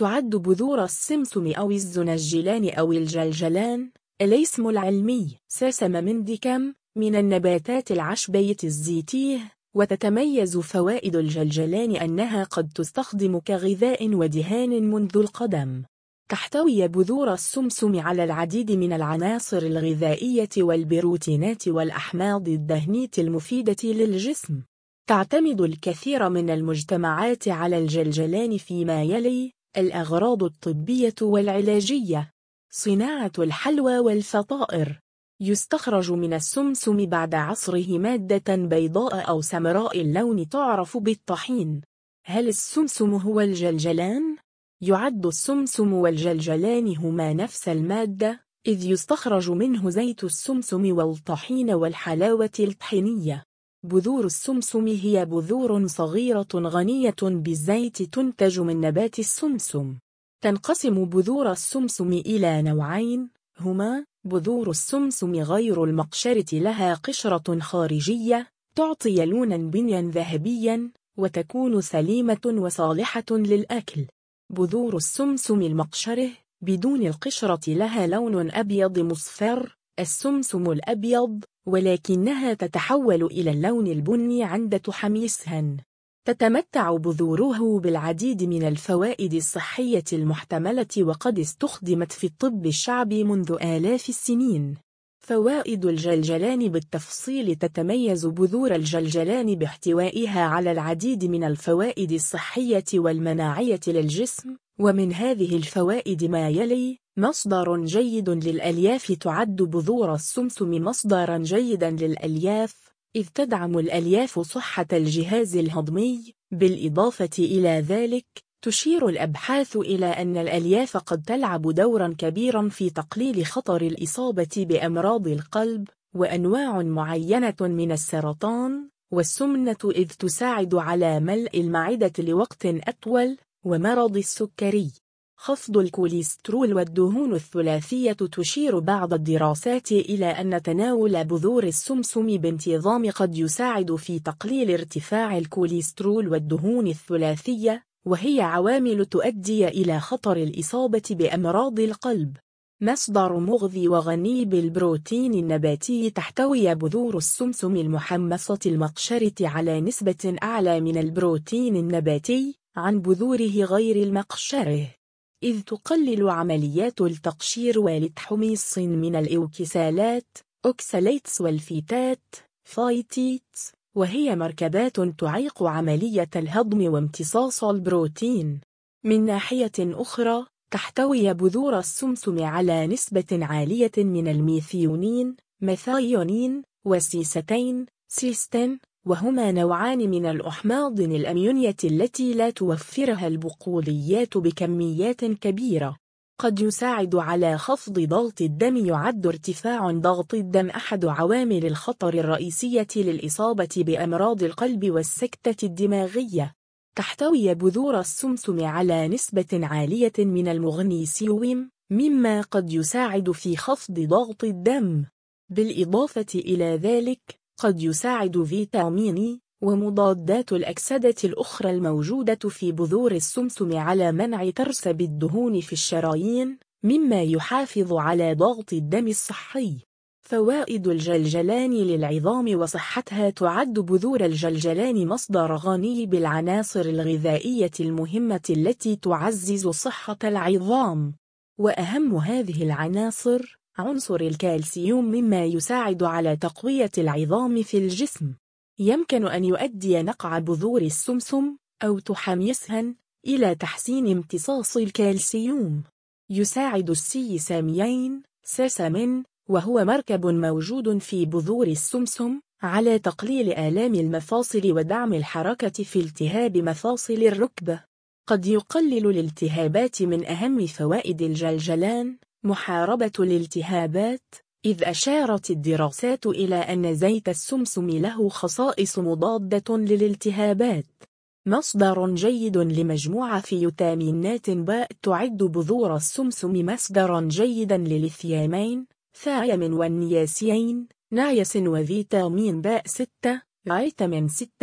تعد بذور السمسم أو الزنجلان أو الجلجلان الاسم العلمي ساسم منديكم من النباتات العشبية الزيتية، وتتميز فوائد الجلجلان أنها قد تستخدم كغذاء ودهان منذ القدم. تحتوي بذور السمسم على العديد من العناصر الغذائية والبروتينات والأحماض الدهنية المفيدة للجسم. تعتمد الكثير من المجتمعات على الجلجلان فيما يلي: الأغراض الطبية والعلاجية، صناعة الحلوى والفطائر. يستخرج من السمسم بعد عصره مادة بيضاء أو سمراء اللون تعرف بالطحين. هل السمسم هو الجلجلان؟ يعد السمسم والجلجلان هما نفس المادة، إذ يستخرج منه زيت السمسم والطحين والحلاوة الطحينية. بذور السمسم هي بذور صغيرة غنية بالزيت تنتج من نبات السمسم. تنقسم بذور السمسم إلى نوعين، هما بذور السمسم غير المقشرة، لها قشرة خارجية تعطي لونا بنيا ذهبيا وتكون سليمة وصالحة للأكل. بذور السمسم المقشرة بدون القشرة لها لون أبيض مصفر، السمسم الأبيض، ولكنها تتحول إلى اللون البني عند تحميصها. تتمتع بذوره بالعديد من الفوائد الصحية المحتملة، وقد استخدمت في الطب الشعبي منذ آلاف السنين. فوائد الجلجلان بالتفصيل: تتميز بذور الجلجلان باحتوائها على العديد من الفوائد الصحية والمناعية للجسم، ومن هذه الفوائد ما يلي: مصدر جيد للألياف. تعد بذور السمسم مصدرا جيدا للألياف، إذ تدعم الألياف صحة الجهاز الهضمي. بالإضافة إلى ذلك، تشير الأبحاث إلى أن الألياف قد تلعب دورا كبيرا في تقليل خطر الإصابة بأمراض القلب وأنواع معينة من السرطان والسمنة، إذ تساعد على ملء المعدة لوقت أطول، ومرض السكري. خفض الكوليسترول والدهون الثلاثية. تشير بعض الدراسات إلى أن تناول بذور السمسم بانتظام قد يساعد في تقليل ارتفاع الكوليسترول والدهون الثلاثية، وهي عوامل تؤدي إلى خطر الإصابة بأمراض القلب. مصدر مغذي وغني بالبروتين النباتي. تحتوي بذور السمسم المحمصة المقشرة على نسبة أعلى من البروتين النباتي عن بذوره غير المقشرة، إذ تقلل عمليات التقشير والتحميص من الإوكسالات أوكساليتس والفيتات فايتيتس، وهي مركبات تعيق عملية الهضم وامتصاص البروتين. من ناحية أخرى، تحتوي بذور السمسم على نسبة عالية من الميثيونين ميثايونين وسيستين سيستين، وهما نوعان من الأحماض الأمينية التي لا توفرها البقوليات بكميات كبيرة. قد يساعد على خفض ضغط الدم. يعد ارتفاع ضغط الدم أحد عوامل الخطر الرئيسية للإصابة بأمراض القلب والسكتة الدماغية. تحتوي بذور السمسم على نسبة عالية من المغنيسيوم، مما قد يساعد في خفض ضغط الدم. بالإضافة إلى ذلك، قد يساعد فيتامين ومضادات الأكسدة الأخرى الموجودة في بذور السمسم على منع ترسب الدهون في الشرايين، مما يحافظ على ضغط الدم الصحي. فوائد الجلجلان للعظام وصحتها. تعد بذور الجلجلان مصدر غني بالعناصر الغذائية المهمة التي تعزز صحة العظام، وأهم هذه العناصر عنصر الكالسيوم، مما يساعد على تقوية العظام في الجسم. يمكن أن يؤدي نقع بذور السمسم أو تحميصها إلى تحسين امتصاص الكالسيوم. يساعد السيسامين سيسامين، وهو مركب موجود في بذور السمسم، على تقليل آلام المفاصل ودعم الحركة في التهاب مفاصل الركبة. قد يقلل الالتهابات. من أهم فوائد الجلجلان محاربة الالتهابات، إذ أشارت الدراسات إلى أن زيت السمسم له خصائص مضادة للالتهابات. مصدر جيد لمجموعة فيتامينات باء. تعد بذور السمسم مصدرا جيدا للثيامين ثيامين والنياسين نياسين وفيتامين باء 6 فيتامين 6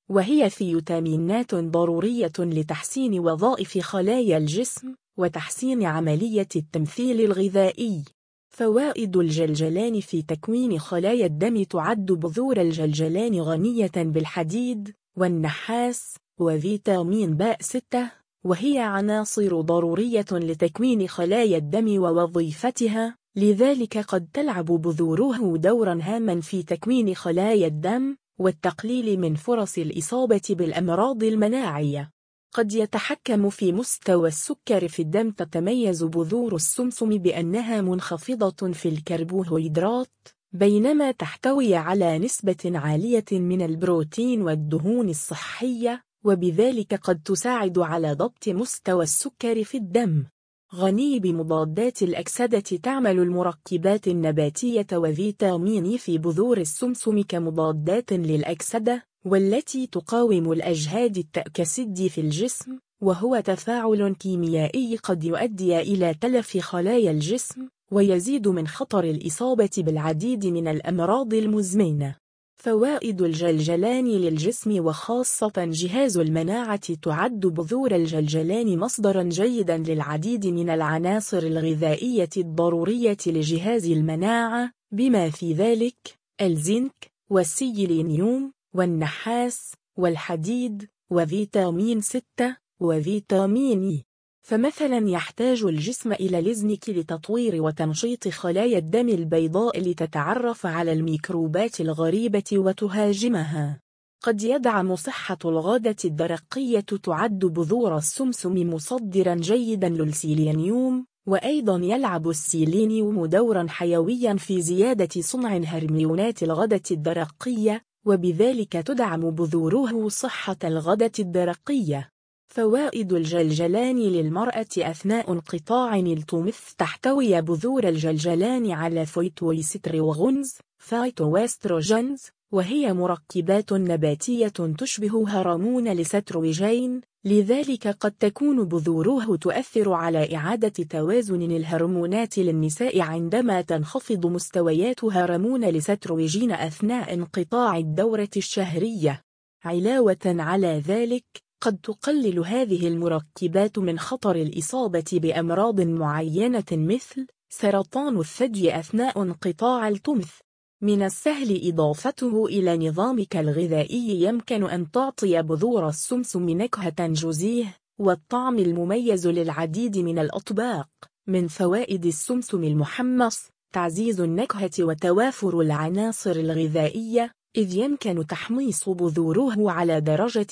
وهي فيتامينات ضرورية لتحسين وظائف خلايا الجسم وتحسين عملية التمثيل الغذائي. فوائد الجلجلان في تكوين خلايا الدم: تعد بذور الجلجلان غنية بالحديد والنحاس وفيتامين B6، وهي عناصر ضرورية لتكوين خلايا الدم ووظيفتها، لذلك قد تلعب بذوره دورا هاما في تكوين خلايا الدم والتقليل من فرص الإصابة بالأمراض المناعية. قد يتحكم في مستوى السكر في الدم. تتميز بذور السمسم بأنها منخفضة في الكربوهيدرات، بينما تحتوي على نسبة عالية من البروتين والدهون الصحية، وبذلك قد تساعد على ضبط مستوى السكر في الدم. غني بمضادات الأكسدة. تعمل المركبات النباتية وفيتامين في بذور السمسم كمضادات للأكسدة، والتي تقاوم الأجهاد التأكسد في الجسم، وهو تفاعل كيميائي قد يؤدي إلى تلف خلايا الجسم ويزيد من خطر الإصابة بالعديد من الأمراض المزمنة. فوائد الجلجلان للجسم وخاصة جهاز المناعة: تعد بذور الجلجلان مصدرا جيدا للعديد من العناصر الغذائية الضرورية لجهاز المناعة، بما في ذلك الزنك والسيلينيوم والنحاس والحديد وفيتامين 6 وفيتامين E. فمثلا يحتاج الجسم إلى الزنك لتطوير وتنشيط خلايا الدم البيضاء لتتعرف على الميكروبات الغريبة وتهاجمها. قد يدعم صحة الغدة الدرقية. تعد بذور السمسم مصدرا جيدا للسيلينيوم، وأيضا يلعب السيلينيوم دورا حيويا في زيادة صنع هرمونات الغدة الدرقية، وبذلك تدعم بذوره صحة الغدة الدرقية. فوائد الجلجلان للمرأة أثناء انقطاع الطمث: تحتوي بذور الجلجلان على فيتويستروغونز فايتواستروجينز، وهي مركبات نباتية تشبه هرمون الاستروجين، لذلك قد تكون بذوره تؤثر على إعادة توازن الهرمونات للنساء عندما تنخفض مستويات هرمون الاستروجين أثناء انقطاع الدورة الشهرية. علاوة على ذلك، قد تقلل هذه المركبات من خطر الإصابة بأمراض معينة مثل سرطان الثدي أثناء انقطاع الطمث. من السهل إضافته إلى نظامك الغذائي. يمكن أن تعطي بذور السمسم نكهة جوزيه والطعم المميز للعديد من الأطباق. من فوائد السمسم المحمص: تعزيز النكهة وتوافر العناصر الغذائية، إذ يمكن تحميص بذوره على درجة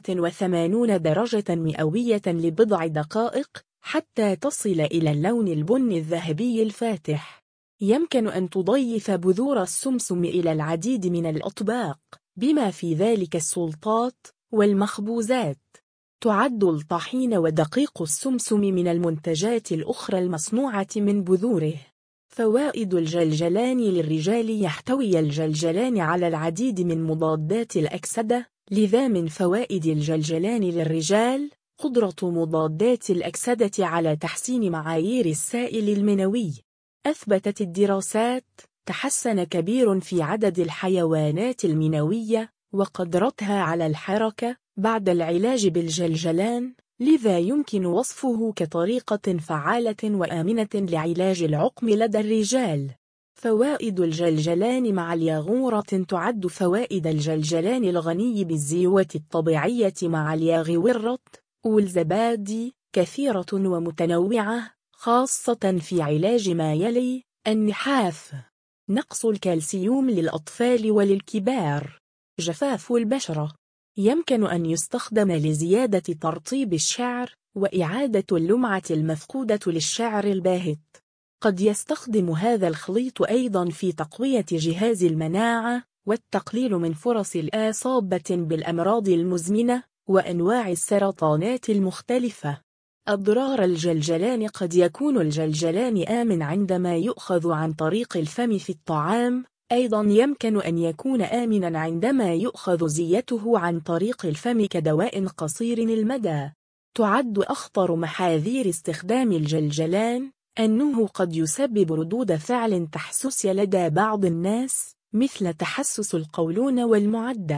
180 درجة مئوية لبضع دقائق حتى تصل إلى اللون البني الذهبي الفاتح. يمكن أن تضيف بذور السمسم إلى العديد من الأطباق، بما في ذلك السلطات والمخبوزات. تعد الطحين ودقيق السمسم من المنتجات الأخرى المصنوعة من بذوره. فوائد الجلجلان للرجال: يحتوي الجلجلان على العديد من مضادات الأكسدة، لذا من فوائد الجلجلان للرجال قدرة مضادات الأكسدة على تحسين معايير السائل المنوي. أثبتت الدراسات تحسن كبير في عدد الحيوانات المنوية وقدرتها على الحركة بعد العلاج بالجلجلان، لذا يمكن وصفه كطريقة فعالة وآمنة لعلاج العقم لدى الرجال. فوائد الجلجلان مع الياغورة: تعد فوائد الجلجلان الغني بالزيوت الطبيعية مع الياغورة والزبادي كثيرة ومتنوعة، خاصة في علاج ما يلي: النحاف، نقص الكالسيوم للأطفال وللكبار، جفاف البشرة. يمكن أن يستخدم لزيادة ترطيب الشعر وإعادة اللمعة المفقودة للشعر الباهت. قد يستخدم هذا الخليط أيضا في تقوية جهاز المناعة والتقليل من فرص الإصابة بالأمراض المزمنة وأنواع السرطانات المختلفة. أضرار الجلجلان: قد يكون الجلجلان آمن عندما يؤخذ عن طريق الفم في الطعام، أيضا يمكن أن يكون آمنا عندما يؤخذ زيته عن طريق الفم كدواء قصير المدى. تعد أخطر محاذير استخدام الجلجلان أنه قد يسبب ردود فعل تحسسية لدى بعض الناس، مثل تحسس القولون والمعدة.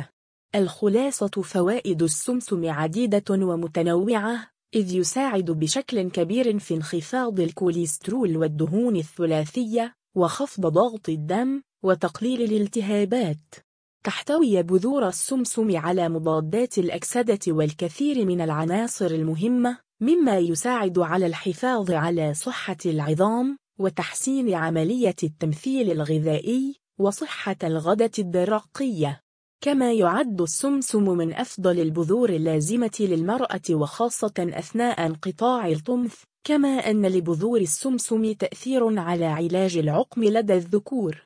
الخلاصة: فوائد السمسم عديدة ومتنوعة، إذ يساعد بشكل كبير في انخفاض الكوليسترول والدهون الثلاثية، وخفض ضغط الدم، وتقليل الالتهابات. تحتوي بذور السمسم على مضادات الأكسدة والكثير من العناصر المهمة، مما يساعد على الحفاظ على صحة العظام، وتحسين عملية التمثيل الغذائي، وصحة الغدة الدرقية. كما يعد السمسم من أفضل البذور اللازمة للمرأة، وخاصة أثناء انقطاع الطمث، كما أن لبذور السمسم تأثير على علاج العقم لدى الذكور.